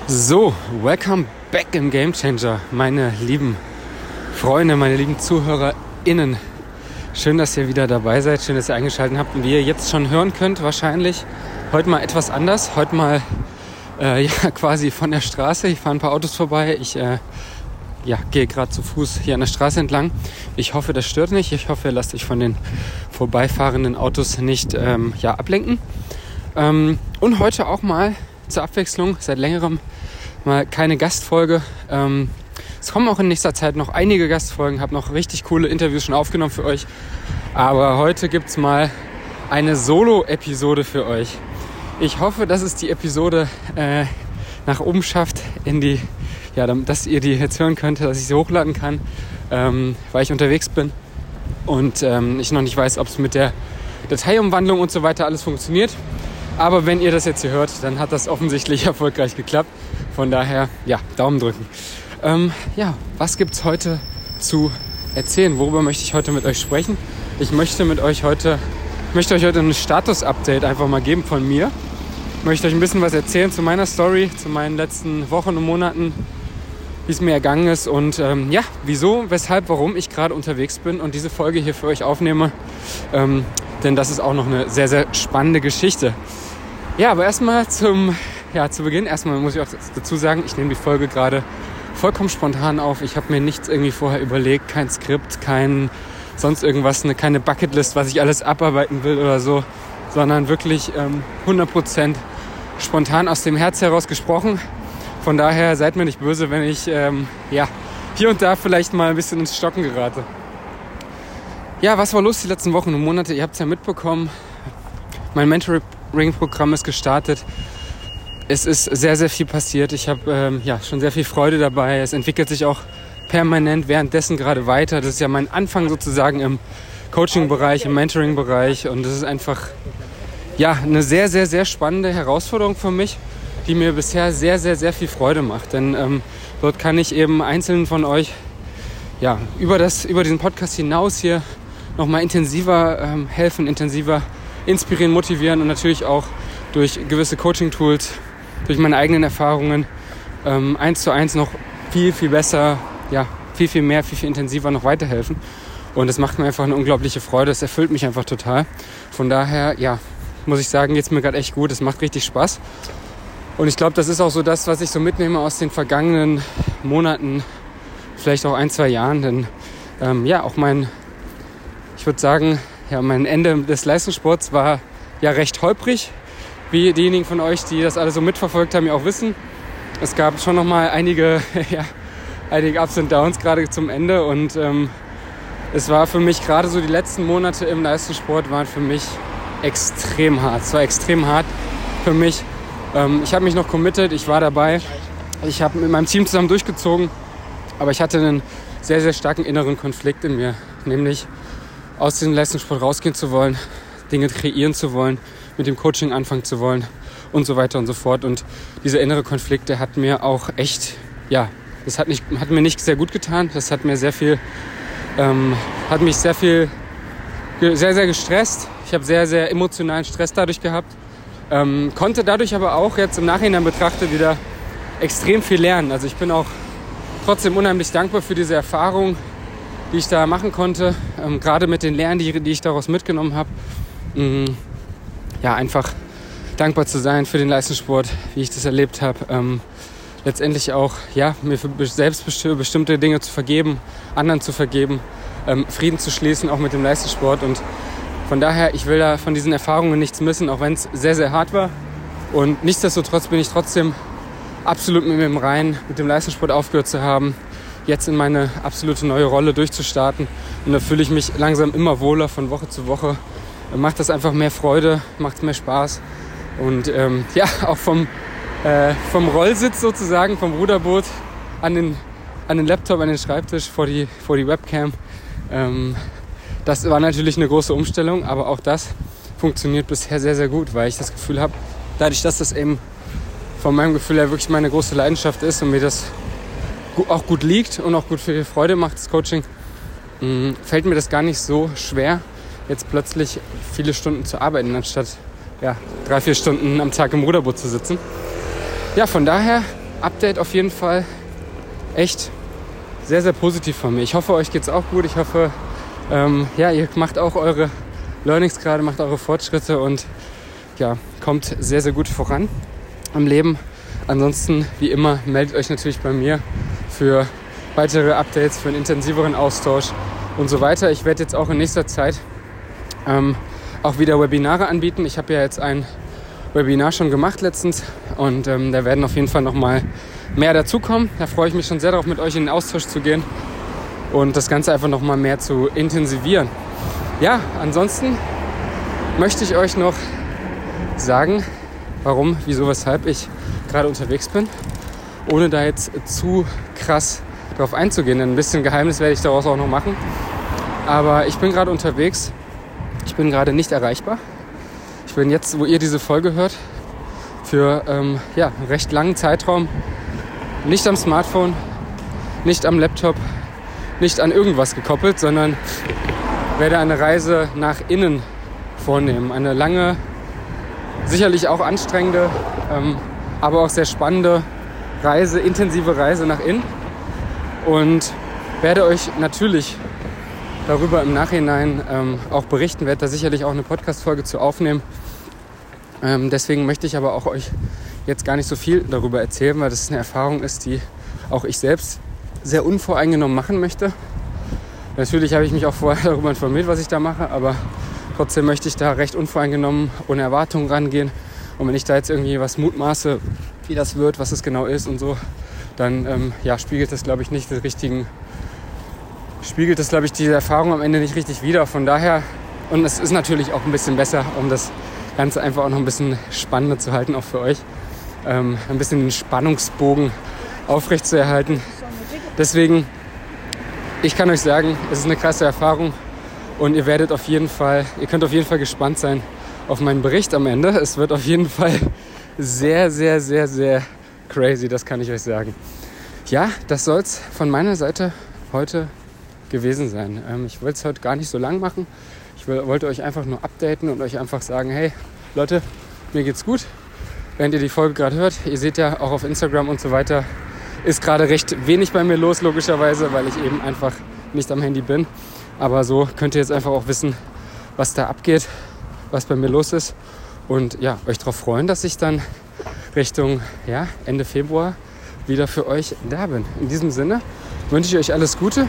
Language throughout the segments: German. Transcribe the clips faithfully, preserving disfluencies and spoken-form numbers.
So, welcome back im Game Changer, meine lieben Freunde, meine lieben ZuhörerInnen. Schön, dass ihr wieder dabei seid, schön, dass ihr eingeschaltet habt. Und wie ihr jetzt schon hören könnt, wahrscheinlich heute mal etwas anders. Heute mal äh, ja, quasi von der Straße. Ich fahre ein paar Autos vorbei. Ich äh, ja, gehe gerade zu Fuß hier an der Straße entlang. Ich hoffe, das stört nicht. Ich hoffe, ihr lasst euch von den vorbeifahrenden Autos nicht ähm, ja, ablenken. Ähm, und heute auch mal zur Abwechslung, seit längerem mal keine Gastfolge. Ähm, es kommen auch in nächster Zeit noch einige Gastfolgen, habe noch richtig coole Interviews schon aufgenommen für euch. Aber heute gibt es mal eine Solo-Episode für euch. Ich hoffe, dass es die Episode äh, nach oben schafft, in die, ja, dass ihr die jetzt hören könnt, dass ich sie hochladen kann, ähm, weil ich unterwegs bin und ähm, ich noch nicht weiß, ob es mit der Dateiumwandlung und so weiter alles funktioniert. Aber wenn ihr das jetzt hier hört, dann hat das offensichtlich erfolgreich geklappt. Von daher, ja, Daumen drücken. Ähm, ja, was gibt's heute zu erzählen? Worüber möchte ich heute mit euch sprechen? Ich möchte mit euch heute, möchte euch heute ein Status-Update einfach mal geben von mir. Ich möchte euch ein bisschen was erzählen zu meiner Story, zu meinen letzten Wochen und Monaten, wie es mir ergangen ist und ähm, ja, wieso, weshalb, warum ich gerade unterwegs bin und diese Folge hier für euch aufnehme. Ähm, denn das ist auch noch eine sehr, sehr spannende Geschichte. Ja, aber erstmal zum, ja, zu Beginn, erstmal muss ich auch dazu sagen, ich nehme die Folge gerade vollkommen spontan auf. Ich habe mir nichts irgendwie vorher überlegt, kein Skript, kein sonst irgendwas, eine, keine Bucketlist, was ich alles abarbeiten will oder so, sondern wirklich ähm, hundert Prozent spontan aus dem Herz heraus gesprochen. Von daher seid mir nicht böse, wenn ich ähm, ja, hier und da vielleicht mal ein bisschen ins Stocken gerate. Ja, was war los die letzten Wochen und Monate? Ihr habt es ja mitbekommen. Mein Mentoring-Programm ist gestartet. Es ist sehr, sehr viel passiert. Ich habe ähm, ja, schon sehr viel Freude dabei. Es entwickelt sich auch permanent währenddessen gerade weiter. Das ist ja mein Anfang sozusagen im Coaching-Bereich, im Mentoring-Bereich. Und das ist einfach ja, eine sehr, sehr, sehr spannende Herausforderung für mich, die mir bisher sehr, sehr, sehr viel Freude macht. Denn ähm, dort kann ich eben einzelnen von euch ja, über, das, über diesen Podcast hinaus hier nochmal intensiver ähm, helfen, intensiver inspirieren, motivieren und natürlich auch durch gewisse Coaching-Tools, durch meine eigenen Erfahrungen ähm, eins zu eins noch viel, viel besser, ja, viel, viel mehr, viel, viel intensiver noch weiterhelfen. Und das macht mir einfach eine unglaubliche Freude, das erfüllt mich einfach total. Von daher, ja, muss ich sagen, geht's mir gerade echt gut, es macht richtig Spaß. Und ich glaube, das ist auch so das, was ich so mitnehme aus den vergangenen Monaten, vielleicht auch ein, zwei Jahren, denn ähm, ja, auch mein, ich würde sagen, ja, mein Ende des Leistungssports war ja recht holprig, wie diejenigen von euch, die das alle so mitverfolgt haben, ja auch wissen. Es gab schon nochmal einige, ja, einige Ups und Downs gerade zum Ende und ähm, es war für mich, gerade so die letzten Monate im Leistungssport waren für mich extrem hart. Es war extrem hart für mich. Ähm, ich habe mich noch committed, ich war dabei, ich habe mit meinem Team zusammen durchgezogen, aber ich hatte einen sehr, sehr starken inneren Konflikt in mir, nämlich aus diesem Leistungssport rausgehen zu wollen, Dinge kreieren zu wollen, mit dem Coaching anfangen zu wollen und so weiter und so fort. Und dieser innere Konflikt, der hat mir auch echt, ja, das hat, nicht, hat mir nicht sehr gut getan. Das hat mir sehr viel, ähm, hat mich sehr viel, sehr, sehr gestresst. Ich habe sehr, sehr emotionalen Stress dadurch gehabt. Ähm, konnte dadurch aber auch jetzt im Nachhinein betrachtet wieder extrem viel lernen. Also ich bin auch trotzdem unheimlich dankbar für diese Erfahrung, die ich da machen konnte, ähm, gerade mit den Lernen, die, die ich daraus mitgenommen habe. Ähm, ja, einfach dankbar zu sein für den Leistungssport, wie ich das erlebt habe. Ähm, letztendlich auch, ja, mir für selbst bestimmte Dinge zu vergeben, anderen zu vergeben, ähm, Frieden zu schließen, auch mit dem Leistungssport. Und von daher, ich will da von diesen Erfahrungen nichts missen, auch wenn es sehr, sehr hart war. Und nichtsdestotrotz bin ich trotzdem absolut mit mir im Reinen, mit dem Leistungssport aufgehört zu haben, jetzt in meine absolute neue Rolle durchzustarten. Und da fühle ich mich langsam immer wohler von Woche zu Woche. Macht das einfach mehr Freude, macht mehr Spaß. Und ähm, ja, auch vom, äh, vom Rollsitz sozusagen, vom Ruderboot an den, an den Laptop, an den Schreibtisch, vor die, vor die Webcam. Ähm, das war natürlich eine große Umstellung, aber auch das funktioniert bisher sehr, sehr gut, weil ich das Gefühl habe, dadurch, dass das eben von meinem Gefühl her wirklich meine große Leidenschaft ist und mir das auch gut liegt und auch gut viel Freude macht, das Coaching, mh, fällt mir das gar nicht so schwer, jetzt plötzlich viele Stunden zu arbeiten, anstatt ja, drei, vier Stunden am Tag im Ruderboot zu sitzen. Ja, von daher Update auf jeden Fall echt sehr, sehr positiv von mir. Ich hoffe, euch geht's auch gut. Ich hoffe, ähm, ja, ihr macht auch eure Learnings gerade, macht eure Fortschritte und ja, kommt sehr, sehr gut voran im Leben. Ansonsten, wie immer, meldet euch natürlich bei mir für weitere Updates, für einen intensiveren Austausch und so weiter. Ich werde jetzt auch in nächster Zeit ähm, auch wieder Webinare anbieten. Ich habe ja jetzt ein Webinar schon gemacht letztens und ähm, da werden auf jeden Fall nochmal mehr dazukommen. Da freue ich mich schon sehr darauf, mit euch in den Austausch zu gehen und das Ganze einfach nochmal mehr zu intensivieren. Ja, ansonsten möchte ich euch noch sagen, warum, wieso, weshalb ich gerade unterwegs bin, ohne da jetzt zu krass drauf einzugehen. Ein bisschen Geheimnis werde ich daraus auch noch machen. Aber ich bin gerade unterwegs. Ich bin gerade nicht erreichbar. Ich bin jetzt, wo ihr diese Folge hört, für ähm, ja, einen recht langen Zeitraum nicht am Smartphone, nicht am Laptop, nicht an irgendwas gekoppelt, sondern werde eine Reise nach innen vornehmen. Eine lange, sicherlich auch anstrengende, ähm, aber auch sehr spannende Reise, intensive Reise nach innen. Und werde euch natürlich darüber im Nachhinein ähm, auch berichten, werde da sicherlich auch eine Podcast-Folge zu aufnehmen. Ähm, deswegen möchte ich aber auch euch jetzt gar nicht so viel darüber erzählen, weil das eine Erfahrung ist, die auch ich selbst sehr unvoreingenommen machen möchte. Natürlich habe ich mich auch vorher darüber informiert, was ich da mache, aber trotzdem möchte ich da recht unvoreingenommen, ohne Erwartungen rangehen. Und wenn ich da jetzt irgendwie was mutmaße, wie das wird, was es genau ist und so, dann ähm, ja, spiegelt das, glaube ich, nicht den richtigen, spiegelt das, glaube ich, diese Erfahrung am Ende nicht richtig wider. Von daher, und es ist natürlich auch ein bisschen besser, um das Ganze einfach auch noch ein bisschen spannender zu halten, auch für euch, ähm, ein bisschen den Spannungsbogen aufrecht zu erhalten. Deswegen, ich kann euch sagen, es ist eine krasse Erfahrung und ihr werdet auf jeden Fall, ihr könnt auf jeden Fall gespannt sein auf meinen Bericht am Ende. Es wird auf jeden Fall sehr, sehr, sehr, sehr crazy, das kann ich euch sagen. Ja, das soll's von meiner Seite heute gewesen sein. Ähm, ich wollte es heute gar nicht so lang machen. Ich will, wollte euch einfach nur updaten und euch einfach sagen, hey Leute, mir geht's gut. Während ihr die Folge gerade hört, ihr seht ja auch auf Instagram und so weiter, ist gerade recht wenig bei mir los, logischerweise, weil ich eben einfach nicht am Handy bin. Aber so könnt ihr jetzt einfach auch wissen, was da abgeht, was bei mir los ist. Und ja, euch darauf freuen, dass ich dann Richtung ja, Ende Februar wieder für euch da bin. In diesem Sinne wünsche ich euch alles Gute.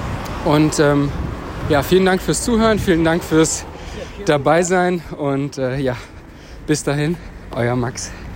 Und ähm, ja, vielen Dank fürs Zuhören, vielen Dank fürs Dabeisein. Und äh, ja, bis dahin, euer Max.